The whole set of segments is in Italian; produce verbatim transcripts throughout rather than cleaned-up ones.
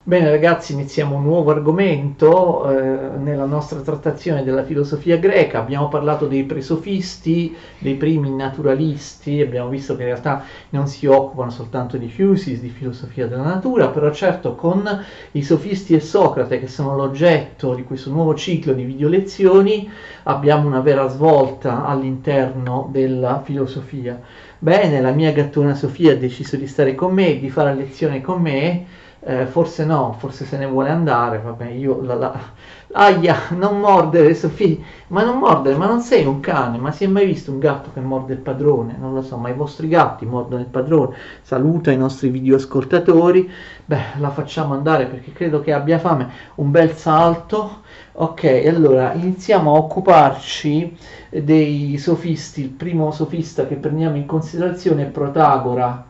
Bene ragazzi, iniziamo un nuovo argomento eh, nella nostra trattazione della filosofia greca. Abbiamo parlato dei presofisti, dei primi naturalisti, abbiamo visto che in realtà non si occupano soltanto di Fusis, di filosofia della natura, però certo con i sofisti e Socrate, che sono l'oggetto di questo nuovo ciclo di video lezioni, abbiamo una vera svolta all'interno della filosofia. Bene, la mia gattona Sofia ha deciso di stare con me, di fare lezione con me. Eh, forse no, forse se ne vuole andare, vabbè, io la, la... Aia, non mordere Sofia, ma non mordere, ma non sei un cane, ma si è mai visto un gatto che morde il padrone? Non lo so, ma i vostri gatti mordono il padrone? Saluta i nostri videoascoltatori. Beh, la facciamo andare perché credo che abbia fame. Un bel salto. Ok, allora iniziamo a occuparci dei sofisti. Il primo sofista che prendiamo in considerazione è Protagora.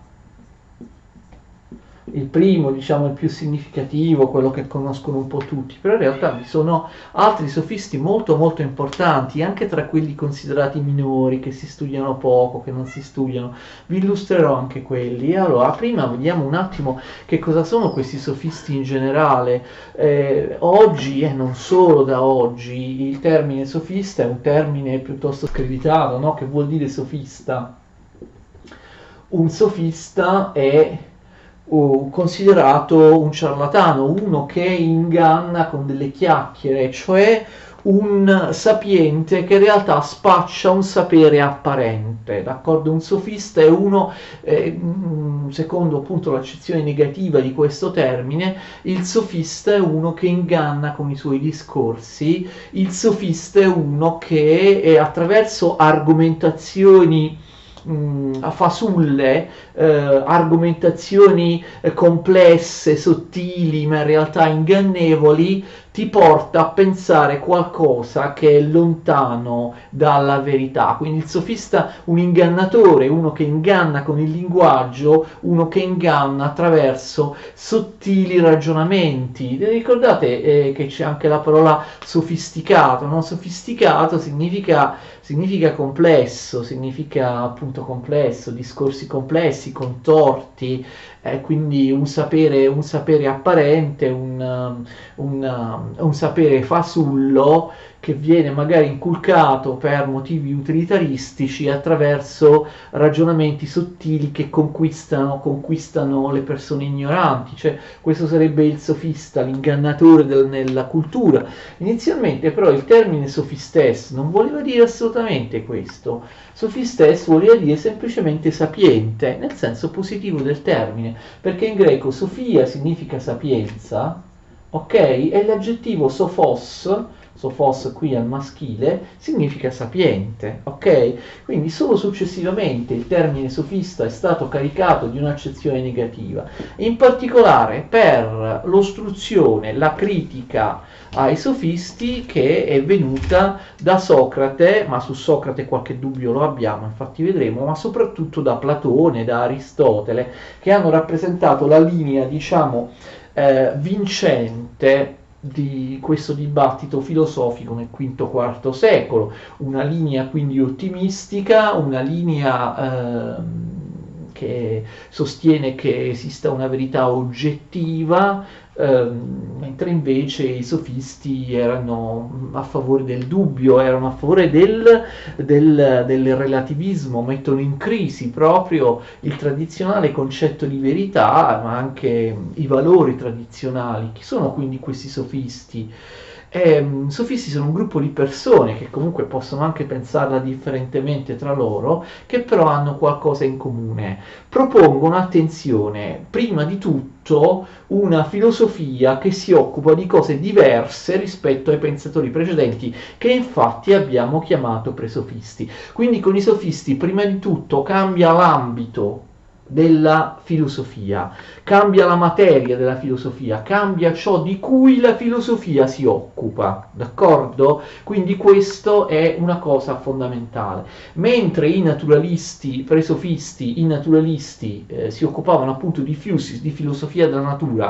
Il primo, diciamo, il più significativo, quello che conoscono un po' tutti, però in realtà vi sono altri sofisti molto molto importanti, anche tra quelli considerati minori, che si studiano poco, che non si studiano. Vi illustrerò anche quelli. Allora, prima vediamo un attimo che cosa sono questi sofisti in generale. Eh, oggi, e non solo da oggi, il termine sofista è un termine piuttosto screditato, no? Che vuol dire sofista? Un sofista è considerato un ciarlatano, uno che inganna con delle chiacchiere, cioè un sapiente che in realtà spaccia un sapere apparente, d'accordo? Un sofista è uno, eh, secondo appunto l'accezione negativa di questo termine, il sofista è uno che inganna con i suoi discorsi, il sofista è uno che è attraverso argomentazioni a fasulle, eh, argomentazioni eh, complesse, sottili, ma in realtà ingannevoli, ti porta a pensare qualcosa che è lontano dalla verità. Quindi il sofista, un ingannatore, uno che inganna con il linguaggio, uno che inganna attraverso sottili ragionamenti. Ricordate eh, che c'è anche la parola sofisticato, no? Sofisticato significa significa complesso, significa appunto complesso, discorsi complessi, contorti, eh, quindi un sapere, un sapere apparente, un, un, un sapere fasullo che viene magari inculcato per motivi utilitaristici attraverso ragionamenti sottili che conquistano, conquistano le persone ignoranti, cioè questo sarebbe il sofista, l'ingannatore del, nella cultura. Inizialmente però il termine sofistes non voleva dire assolutamente questo. Sofistes voleva dire semplicemente sapiente, nel senso positivo del termine, perché in greco sofia significa sapienza, ok? E l'aggettivo sophos, sophos qui al maschile, significa sapiente, ok? Quindi solo successivamente il termine sofista è stato caricato di un'accezione negativa, in particolare per l'ostruzione, la critica ai sofisti che è venuta da Socrate, ma su Socrate qualche dubbio lo abbiamo, infatti vedremo, ma soprattutto da Platone, da Aristotele, che hanno rappresentato la linea, diciamo, eh, vincente di questo dibattito filosofico nel quinto quarto secolo, una linea quindi ottimistica, una linea eh, che sostiene che esista una verità oggettiva, eh, mentre invece i sofisti erano a favore del dubbio, erano a favore del, del, del relativismo, mettono in crisi proprio il tradizionale concetto di verità, ma anche i valori tradizionali. Chi sono quindi questi sofisti? Eh, sofisti sono un gruppo di persone che comunque possono anche pensarla differentemente tra loro, che però hanno qualcosa in comune. Propongono, attenzione, prima di tutto una filosofia che si occupa di cose diverse rispetto ai pensatori precedenti, che infatti abbiamo chiamato presofisti. Quindi con i sofisti prima di tutto cambia l'ambito della filosofia, cambia la materia della filosofia, cambia ciò di cui la filosofia si occupa, d'accordo? Quindi questo è una cosa fondamentale. Mentre i naturalisti, presofisti, i naturalisti eh, si occupavano appunto di Fusis, di filosofia della natura,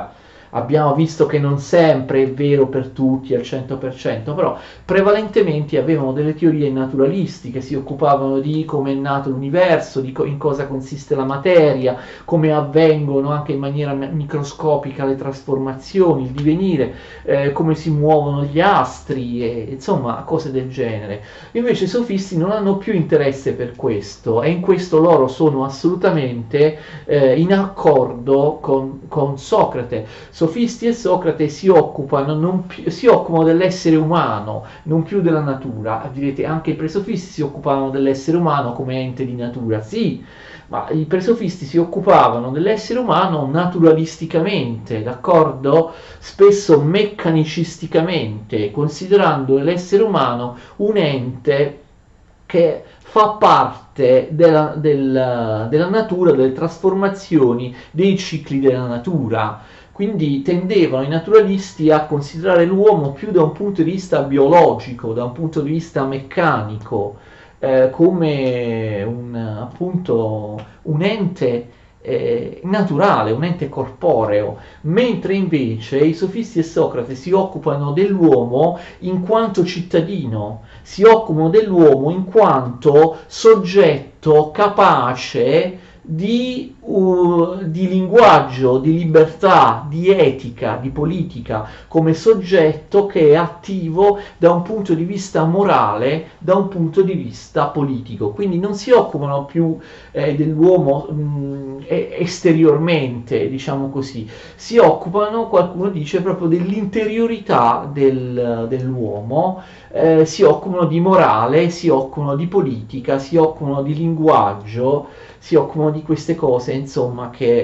Abbiamo visto che non sempre è vero per tutti al cento per cento, però prevalentemente avevano delle teorie naturalistiche, si occupavano di come è nato l'universo, di co- in cosa consiste la materia, come avvengono anche in maniera microscopica le trasformazioni, il divenire, eh, come si muovono gli astri, e, insomma cose del genere. Invece i sofisti non hanno più interesse per questo e in questo loro sono assolutamente eh, in accordo con, con Socrate. Sofisti e Socrate si occupano, non più, si occupano dell'essere umano, non più della natura. Direte, anche i presofisti si occupavano dell'essere umano come ente di natura. Sì, ma i presofisti si occupavano dell'essere umano naturalisticamente, d'accordo? Spesso meccanicisticamente, considerando l'essere umano un ente che fa parte della, del, della natura, delle trasformazioni, dei cicli della natura. Quindi tendevano i naturalisti a considerare l'uomo più da un punto di vista biologico, da un punto di vista meccanico, eh, come un, appunto, un ente eh, naturale, un ente corporeo, mentre invece i sofisti e Socrate si occupano dell'uomo in quanto cittadino, si occupano dell'uomo in quanto soggetto capace di, uh, di linguaggio, di libertà, di etica, di politica, come soggetto che è attivo da un punto di vista morale, da un punto di vista politico. Quindi non si occupano più eh, dell'uomo mh, esteriormente, diciamo così, si occupano, qualcuno dice, proprio dell'interiorità del, dell'uomo, eh, si occupano di morale, si occupano di politica, si occupano di linguaggio, si occupano di queste cose, insomma, che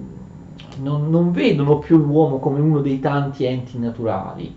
mh, non, non vedono più l'uomo come uno dei tanti enti naturali.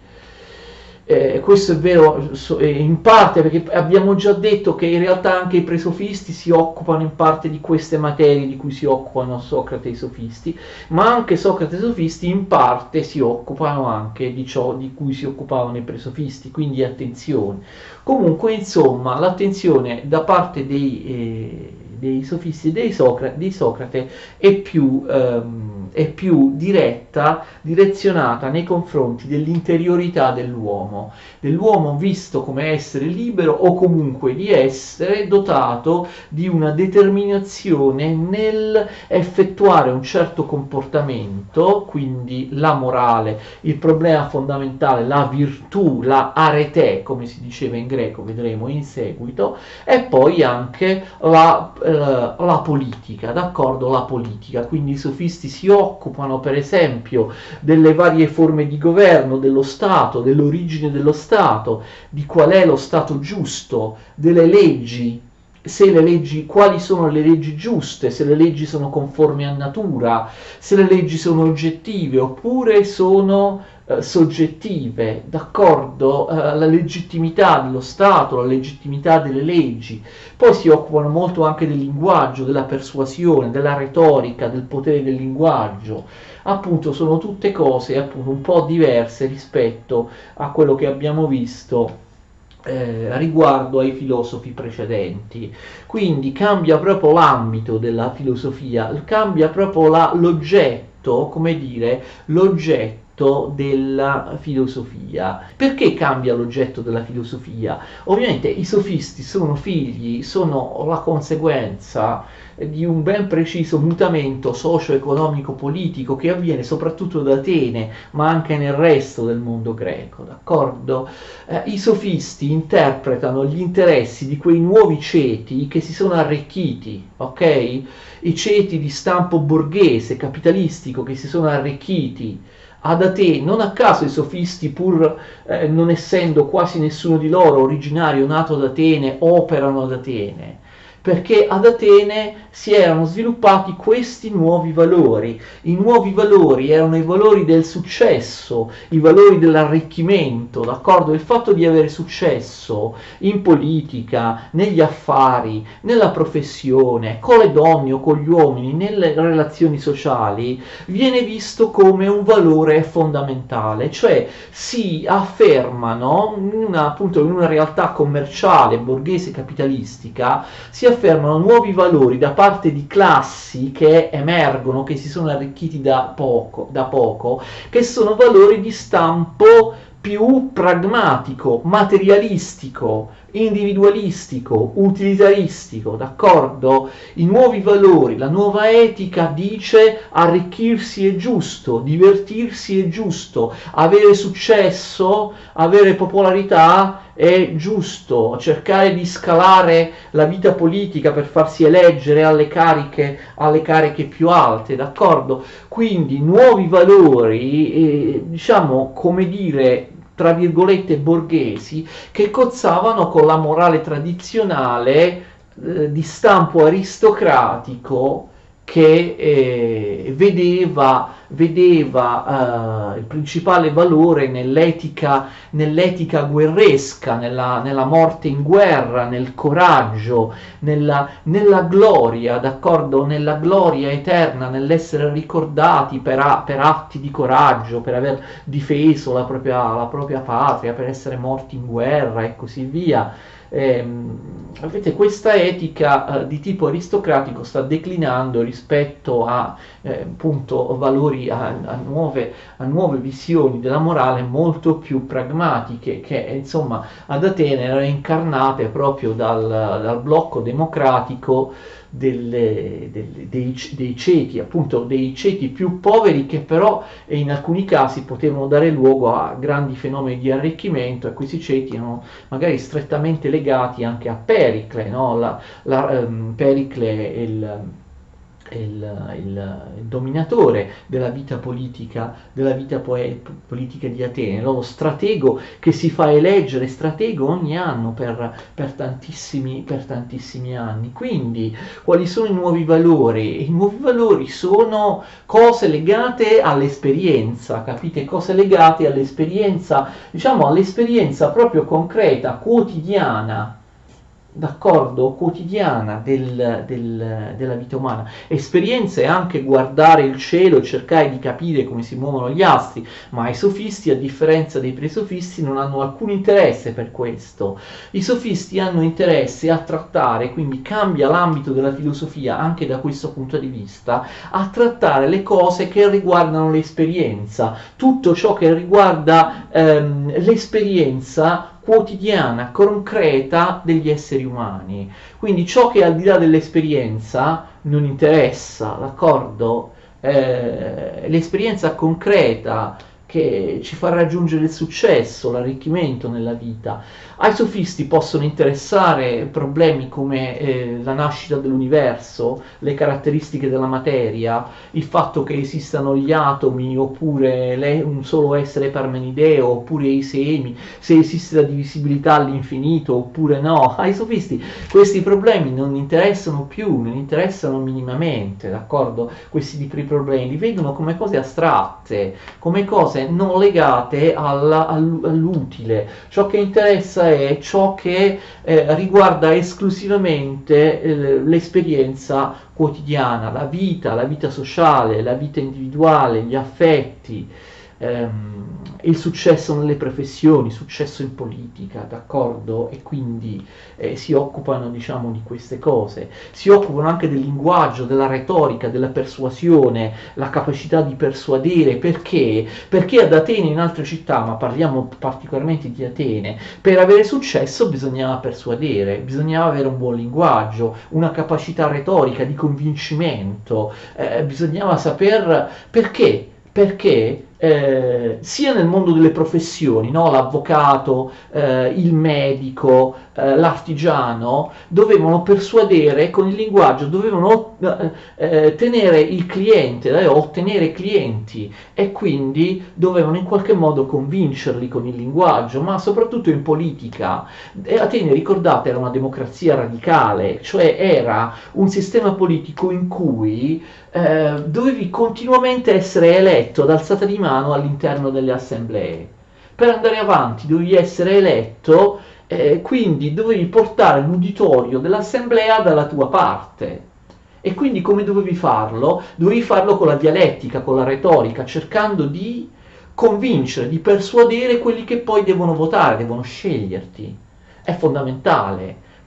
Eh, questo è vero in parte perché abbiamo già detto che in realtà anche i presofisti si occupano in parte di queste materie di cui si occupano Socrate e i sofisti, ma anche Socrate e i sofisti in parte si occupano anche di ciò di cui si occupavano i presofisti, quindi attenzione. Comunque, insomma, l'attenzione da parte dei, eh, dei sofisti e dei Socrate, di Socrate è più, ehm, è più diretta, direzionata nei confronti dell'interiorità dell'uomo, dell'uomo visto come essere libero o comunque di essere dotato di una determinazione nel effettuare un certo comportamento, quindi la morale, il problema fondamentale, la virtù, la arete, come si diceva in greco, vedremo in seguito, e poi anche la, eh, la politica, d'accordo? La politica, quindi i sofisti si occupano per esempio delle varie forme di governo dello Stato, dell'origine dello Stato, di qual è lo Stato giusto, delle leggi, se le leggi, quali sono le leggi giuste, se le leggi sono conformi a natura, se le leggi sono oggettive oppure sono eh, soggettive, d'accordo? Eh, la legittimità dello Stato, la legittimità delle leggi. Poi si occupano molto anche del linguaggio, della persuasione, della retorica, del potere del linguaggio. Appunto sono tutte cose appunto un po' diverse rispetto a quello che abbiamo visto Eh, riguardo ai filosofi precedenti. Quindi cambia proprio l'ambito della filosofia, cambia proprio la, l'oggetto, come dire, l'oggetto della filosofia. Perché cambia l'oggetto della filosofia? Ovviamente i sofisti sono figli, sono la conseguenza di un ben preciso mutamento socio-economico-politico che avviene soprattutto ad Atene, ma anche nel resto del mondo greco, d'accordo? Eh, I sofisti interpretano gli interessi di quei nuovi ceti che si sono arricchiti, ok? I ceti di stampo borghese, capitalistico, che si sono arricchiti ad Atene. Non a caso i sofisti, pur eh, non essendo quasi nessuno di loro originario nato ad Atene, operano ad Atene, perché ad Atene si erano sviluppati questi nuovi valori. I nuovi valori erano i valori del successo, i valori dell'arricchimento, d'accordo? Il fatto di avere successo in politica, negli affari, nella professione, con le donne o con gli uomini, nelle relazioni sociali, viene visto come un valore fondamentale, cioè si affermano in una, appunto, in una realtà commerciale, borghese, capitalistica, si affermano nuovi valori da parte di classi che emergono, che si sono arricchiti da poco, da poco, che sono valori di stampo più pragmatico, materialistico, individualistico, utilitaristico, d'accordo? I nuovi valori, la nuova etica dice arricchirsi è giusto, divertirsi è giusto, avere successo, avere popolarità è giusto, cercare di scalare la vita politica per farsi eleggere alle cariche, alle cariche più alte, d'accordo? Quindi nuovi valori, eh, diciamo, come dire, tra virgolette borghesi, che cozzavano con la morale tradizionale eh, di stampo aristocratico che eh, vedeva, vedeva eh, il principale valore nell'etica, nell'etica guerresca, nella, nella morte in guerra, nel coraggio, nella, nella gloria, d'accordo? Nella gloria eterna, nell'essere ricordati per, a, per atti di coraggio, per aver difeso la propria, la propria patria, per essere morti in guerra e così via. Eh, avete questa etica eh, di tipo aristocratico sta declinando rispetto a eh, appunto valori, a, a, nuove, a nuove visioni della morale molto più pragmatiche, che insomma ad Atene erano incarnate proprio dal, dal blocco democratico delle, delle, dei, dei ceti, appunto dei ceti più poveri, che però in alcuni casi potevano dare luogo a grandi fenomeni di arricchimento, e questi ceti erano magari strettamente legati anche a Pericle, no? la, la, um, Pericle è il, il, il, il dominatore della vita politica, della vita poe- politica di Atene, no? Lo stratego che si fa eleggere stratego ogni anno per, per, tantissimi, per tantissimi anni. Quindi quali sono i nuovi valori? I nuovi valori sono cose legate all'esperienza, capite? Cose legate all'esperienza, diciamo all'esperienza proprio concreta, quotidiana, d'accordo, quotidiana del, del, della vita umana. Esperienza è anche guardare il cielo e cercare di capire come si muovono gli astri, ma i sofisti, a differenza dei presofisti, non hanno alcun interesse per questo. I sofisti hanno interesse a trattare, quindi cambia l'ambito della filosofia anche da questo punto di vista, a trattare le cose che riguardano l'esperienza, tutto ciò che riguarda ehm, l'esperienza quotidiana, concreta degli esseri umani. Quindi ciò che al di là dell'esperienza non interessa, d'accordo? Eh, l'esperienza concreta che ci fa raggiungere il successo, l'arricchimento nella vita. Ai sofisti possono interessare problemi come eh, la nascita dell'universo, le caratteristiche della materia, il fatto che esistano gli atomi, oppure le, un solo essere parmenideo, oppure i semi, se esiste la divisibilità all'infinito oppure no. Ai sofisti questi problemi non interessano più, non interessano minimamente, d'accordo? Questi tipi di problemi li vedono come cose astratte, come cose non legate alla, all'utile. Ciò che interessa è ciò che eh, riguarda esclusivamente eh, l'esperienza quotidiana, la vita, la vita sociale, la vita individuale, gli affetti, ehm, il successo nelle professioni, successo in politica, d'accordo? E quindi eh, si occupano, diciamo, di queste cose. Si occupano anche del linguaggio, della retorica, della persuasione, la capacità di persuadere. Perché? Perché ad Atene e in altre città, ma parliamo particolarmente di Atene, per avere successo bisognava persuadere, bisognava avere un buon linguaggio, una capacità retorica di convincimento, eh, bisognava saper perché. Perché eh, sia nel mondo delle professioni, no? L'avvocato, eh, il medico, eh, l'artigiano, dovevano persuadere con il linguaggio, dovevano eh, eh, tenere il cliente, eh, ottenere clienti, e quindi dovevano in qualche modo convincerli con il linguaggio, ma soprattutto in politica. E Atene, ricordate, era una democrazia radicale, cioè era un sistema politico in cui eh, dovevi continuamente essere eletto ad alzata di mano all'interno delle assemblee. Per andare avanti dovevi essere eletto, eh, quindi dovevi portare l'uditorio dell'assemblea dalla tua parte. E quindi come dovevi farlo? Dovevi farlo con la dialettica, con la retorica, cercando di convincere, di persuadere quelli che poi devono votare, devono sceglierti. È fondamentale.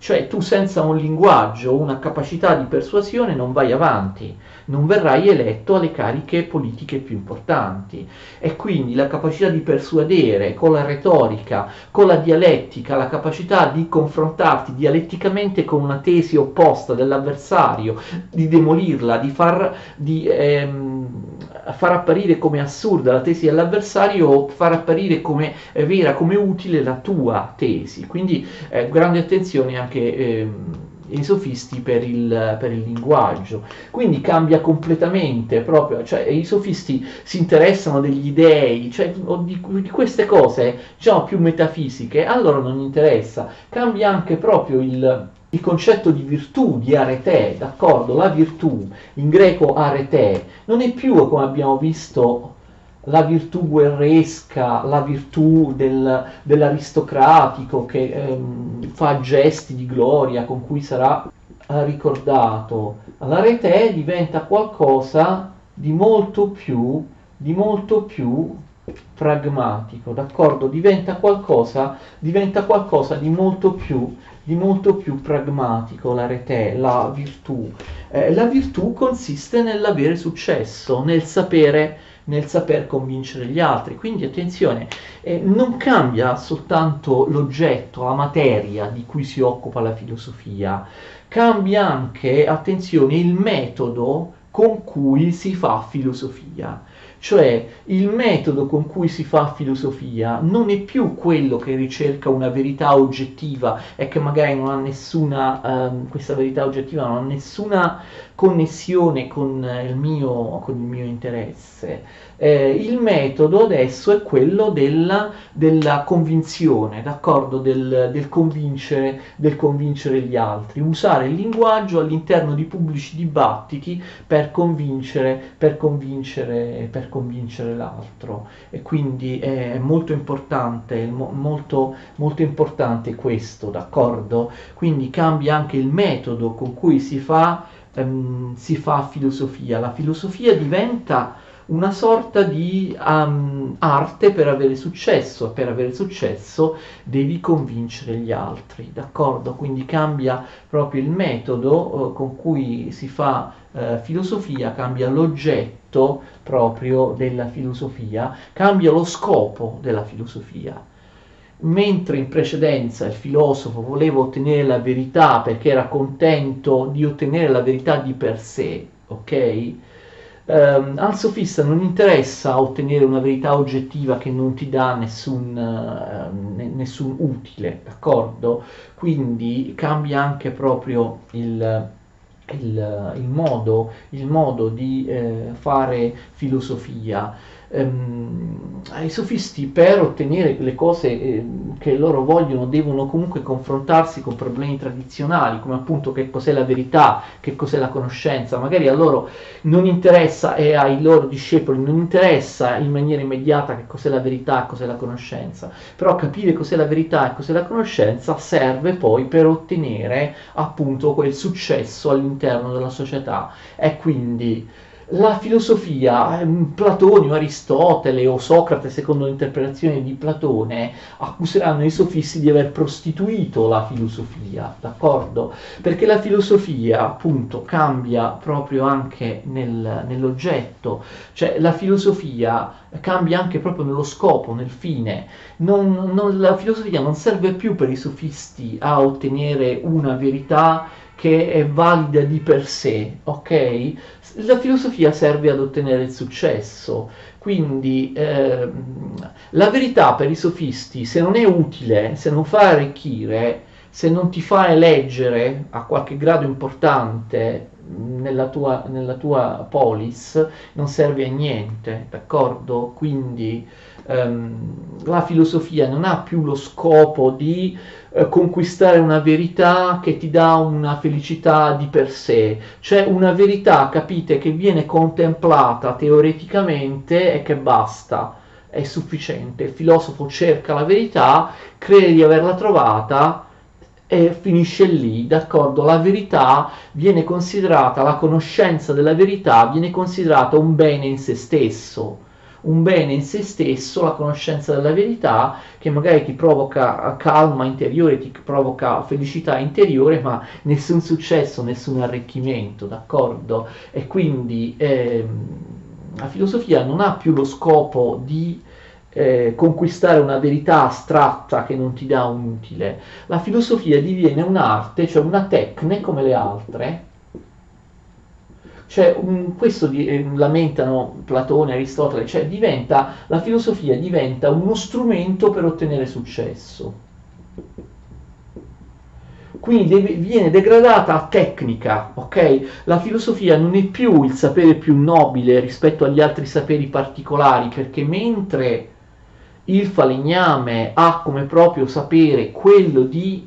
Cioè tu senza un linguaggio, una capacità di persuasione non vai avanti, non verrai eletto alle cariche politiche più importanti. E quindi la capacità di persuadere con la retorica, con la dialettica, la capacità di confrontarti dialetticamente con una tesi opposta dell'avversario, di demolirla, di far, di, ehm, far apparire come assurda la tesi dell'avversario o far apparire come eh, vera, come utile la tua tesi. Quindi eh, grande attenzione anche eh, i sofisti per il, per il linguaggio. Quindi cambia completamente proprio, cioè i sofisti si interessano degli dei, cioè di, di queste cose diciamo più metafisiche, a loro non interessa. Cambia anche proprio il il concetto di virtù, di arete, d'accordo? La virtù, in greco arete, non è più, come abbiamo visto, la virtù guerresca, la virtù del, dell'aristocratico che ehm, fa gesti di gloria con cui sarà eh, ricordato. L'arete diventa qualcosa di molto più, di molto più pragmatico, d'accordo? Diventa qualcosa, diventa qualcosa di molto più di molto più pragmatico, l'arete, la virtù. Eh, la virtù consiste nell'avere successo, nel sapere, nel saper convincere gli altri. Quindi attenzione, eh, non cambia soltanto l'oggetto, la materia di cui si occupa la filosofia, cambia anche, attenzione, il metodo con cui si fa filosofia. Cioè il metodo con cui si fa filosofia non è più quello che ricerca una verità oggettiva e che magari non ha nessuna, ehm, questa verità oggettiva non ha nessuna connessione con il mio, con il mio interesse. Eh, il metodo adesso è quello della, della convinzione, d'accordo? Del, del, convincere, del convincere gli altri, usare il linguaggio all'interno di pubblici dibattiti per convincere, per convincere, per convincere l'altro. E quindi è molto importante, molto, molto importante questo, d'accordo? Quindi cambia anche il metodo con cui si fa, ehm, si fa filosofia. La filosofia diventa una sorta di um, arte per avere successo. Per avere successo devi convincere gli altri, d'accordo? Quindi cambia proprio il metodo uh, con cui si fa uh, filosofia, cambia l'oggetto proprio della filosofia, cambia lo scopo della filosofia. Mentre in precedenza il filosofo voleva ottenere la verità perché era contento di ottenere la verità di per sé, ok? Um, al sofista non interessa ottenere una verità oggettiva che non ti dà nessun, uh, nessun utile, d'accordo? Quindi cambia anche proprio il, il, il, modo, il modo di eh, fare filosofia. Um, I sofisti per ottenere le cose eh, che loro vogliono devono comunque confrontarsi con problemi tradizionali, come appunto che cos'è la verità, che cos'è la conoscenza. Magari a loro non interessa e ai loro discepoli non interessa in maniera immediata che cos'è la verità e cos'è la conoscenza, però capire cos'è la verità e cos'è la conoscenza serve poi per ottenere appunto quel successo all'interno della società. E quindi la filosofia, Platone, Aristotele o Socrate, secondo l'interpretazione di Platone, accuseranno i sofisti di aver prostituito la filosofia, d'accordo? Perché la filosofia, appunto, cambia proprio anche nel, nell'oggetto, cioè la filosofia cambia anche proprio nello scopo, nel fine. Non, non, la filosofia non serve più per i sofisti a ottenere una verità che è valida di per sé, ok? La filosofia serve ad ottenere il successo, quindi ehm, la verità per i sofisti, se non è utile, se non fa arricchire, se non ti fa eleggere a qualche grado importante nella tua, nella tua polis, non serve a niente, d'accordo? Quindi ehm, la filosofia non ha più lo scopo di eh, conquistare una verità che ti dà una felicità di per sé, cioè una verità, capite, che viene contemplata teoreticamente e che basta, è sufficiente. Il filosofo cerca la verità, crede di averla trovata e finisce lì, d'accordo? La verità viene considerata, la conoscenza della verità viene considerata un bene in se stesso, un bene in se stesso, la conoscenza della verità, che magari ti provoca calma interiore, ti provoca felicità interiore, ma nessun successo, nessun arricchimento, d'accordo? E quindi ehm, la filosofia non ha più lo scopo di eh, conquistare una verità astratta che non ti dà un utile. La filosofia diviene un'arte, cioè una tecne come le altre. Cioè, un, questo di, eh, lamentano Platone, Aristotele, cioè diventa, la filosofia diventa uno strumento per ottenere successo. Quindi deve, viene degradata a tecnica, ok? La filosofia non è più il sapere più nobile rispetto agli altri saperi particolari, perché mentre il falegname ha come proprio sapere quello di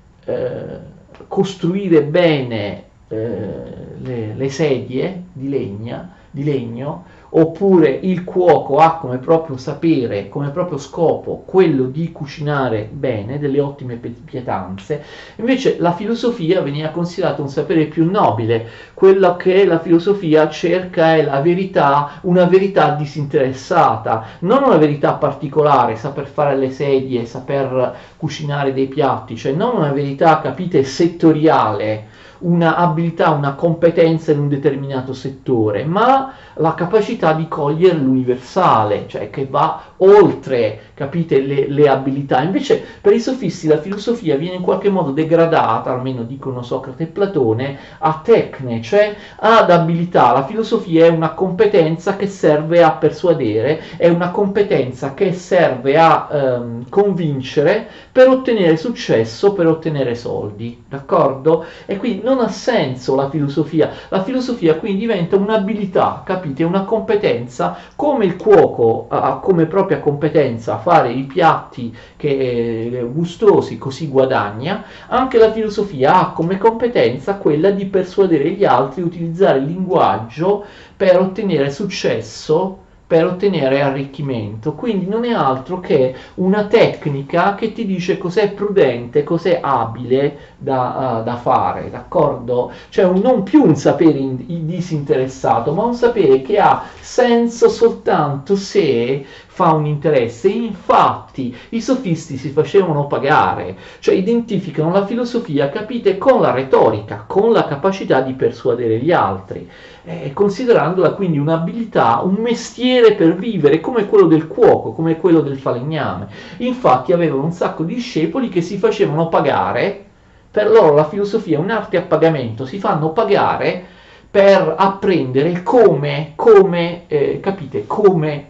eh, costruire bene eh, le, le sedie di legna, di legno, oppure il cuoco ha come proprio sapere, come proprio scopo quello di cucinare bene, delle ottime pietanze. Invece la filosofia veniva considerata un sapere più nobile. Quello che la filosofia cerca è la verità, una verità disinteressata, non una verità particolare, saper fare le sedie, saper cucinare dei piatti, cioè non una verità, capite, settoriale, una abilità, una competenza in un determinato settore, ma la capacità di cogliere l'universale, cioè che va oltre, capite, le, le abilità. Invece per i sofisti la filosofia viene in qualche modo degradata, almeno dicono Socrate e Platone, a tecne, cioè ad abilità. La filosofia è una competenza che serve a persuadere, è una competenza che serve a ehm, convincere per ottenere successo, per ottenere soldi, d'accordo? E quindi non ha senso la filosofia. La filosofia quindi diventa un'abilità, capite? Una competenza, come il cuoco ha come propria competenza fare i piatti che, gustosi, così guadagna, anche la filosofia ha come competenza quella di persuadere gli altri, utilizzare il linguaggio per ottenere successo, per ottenere arricchimento. Quindi non è altro che una tecnica che ti dice cos'è prudente, cos'è abile da, uh, da fare, d'accordo? Cioè un, non più un sapere in, in disinteressato, ma un sapere che ha senso soltanto se fa un interesse. Infatti i sofisti si facevano pagare, cioè identificano la filosofia, capite, con la retorica, con la capacità di persuadere gli altri, eh, considerandola quindi un'abilità, un mestiere per vivere, come quello del cuoco, come quello del falegname. Infatti avevano un sacco di discepoli che si facevano pagare, per loro la filosofia è un'arte a pagamento, si fanno pagare per apprendere come, come eh, capite, come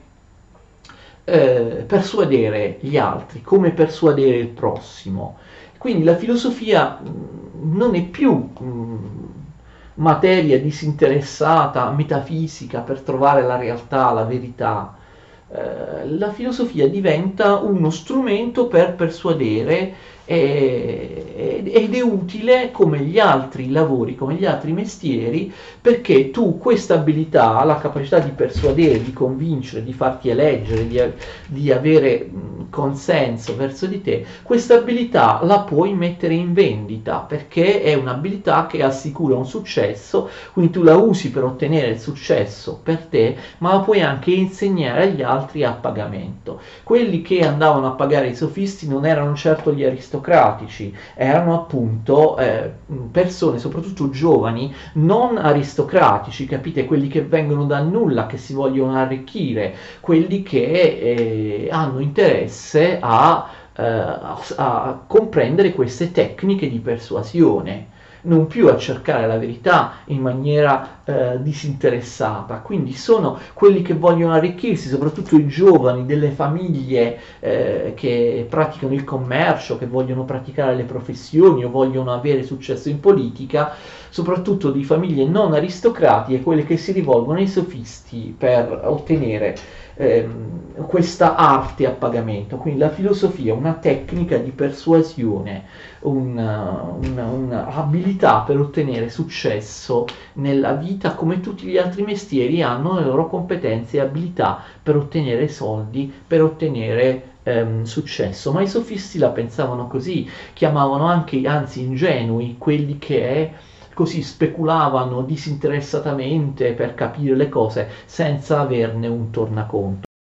eh, persuadere gli altri, come persuadere il prossimo. Quindi la filosofia mh, non è più mh, materia disinteressata, metafisica per trovare la realtà, la verità. Eh, la filosofia diventa uno strumento per persuadere eh, ed è utile come gli altri lavori, come gli altri mestieri, perché tu questa abilità, la capacità di persuadere, di convincere, di farti eleggere, di, di avere consenso verso di te, questa abilità la puoi mettere in vendita, perché è un'abilità che assicura un successo, quindi tu la usi per ottenere il successo per te, ma la puoi anche insegnare agli altri a pagamento. Quelli che andavano a pagare i sofisti non erano certo gli aristocratici, erano appunto eh, persone, soprattutto giovani, non aristocratici, capite? Quelli che vengono dal nulla, che si vogliono arricchire, quelli che eh, hanno interesse a, eh, a, a comprendere queste tecniche di persuasione, non più a cercare la verità in maniera eh, disinteressata. Quindi sono quelli che vogliono arricchirsi, soprattutto i giovani delle famiglie eh, che praticano il commercio, che vogliono praticare le professioni o vogliono avere successo in politica, soprattutto di famiglie non aristocratiche, quelle che si rivolgono ai sofisti per ottenere ehm, questa arte a pagamento. Quindi la filosofia è una tecnica di persuasione, un'abilità per ottenere successo nella vita, come tutti gli altri mestieri hanno le loro competenze e abilità per ottenere soldi, per ottenere ehm, successo. Ma i sofisti la pensavano così, chiamavano anche, anzi ingenui, quelli che così speculavano disinteressatamente per capire le cose senza averne un tornaconto.